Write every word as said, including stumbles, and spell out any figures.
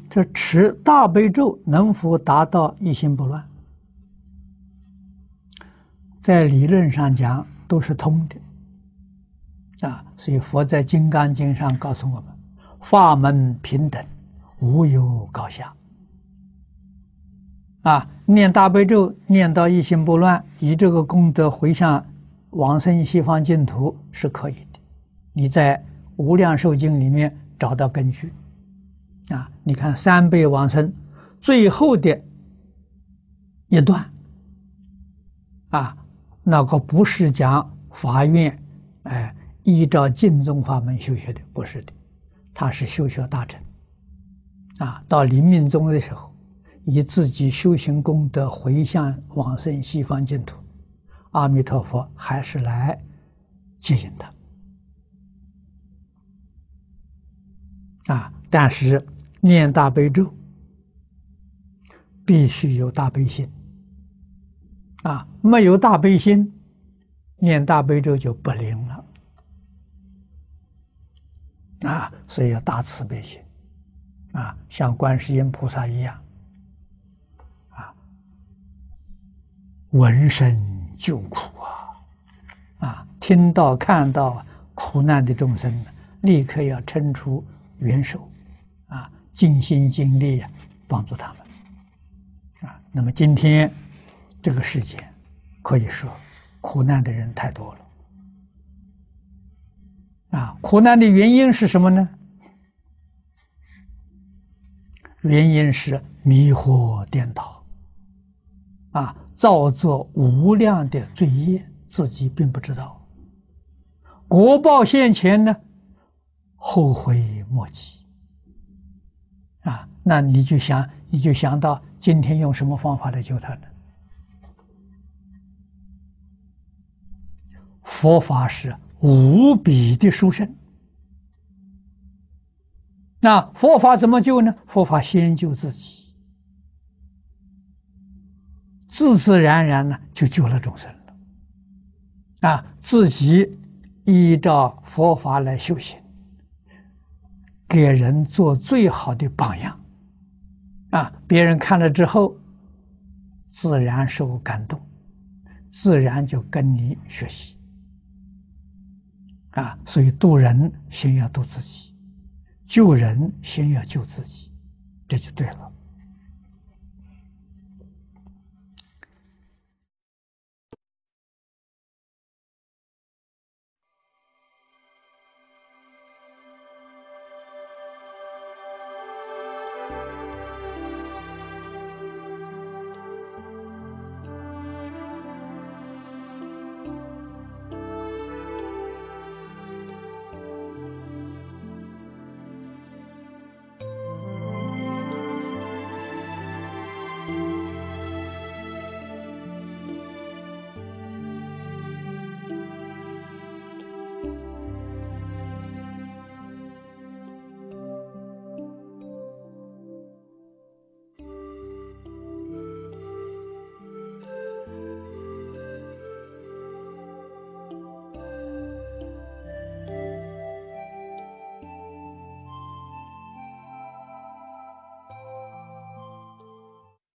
这持大悲咒能否达到一心不乱？在理论上讲都是通的啊，所以佛在《金刚经》上告诉我们：法门平等，无有高下。啊，念大悲咒念到一心不乱，以这个功德回向往生西方净土是可以的。你在《无量寿经》里面找到根据。啊，你看三辈往生最后的一段，啊，那个不是讲法院，哎，依照净宗法门修学的，不是的，他是修学大乘。啊，到临命终的时候，以自己修行功德回向往生西方净土，阿弥陀佛还是来接引他。啊，但是念大悲咒必须有大悲心。啊，没有大悲心，念大悲咒就不灵了。啊，所以要大慈悲心。啊，像观世音菩萨一样。啊，闻声救苦啊！啊，听到看到苦难的众生，立刻要伸出援手，啊，尽心尽力帮助他们。啊，那么今天这个世界可以说苦难的人太多了。啊，苦难的原因是什么呢？原因是迷惑颠倒，啊，造作无量的罪业，自己并不知道，果报现前呢，后悔莫及。啊，那你就想，你就想到今天用什么方法来救他呢？佛法是无比的殊胜。那佛法怎么救呢？佛法先救自己，自自然然呢就救了众生了。啊，自己依照佛法来修行，给人做最好的榜样。啊，别人看了之后，自然受感动，自然就跟你学习。啊，所以度人先要度自己。救人先要救自己，这就对了。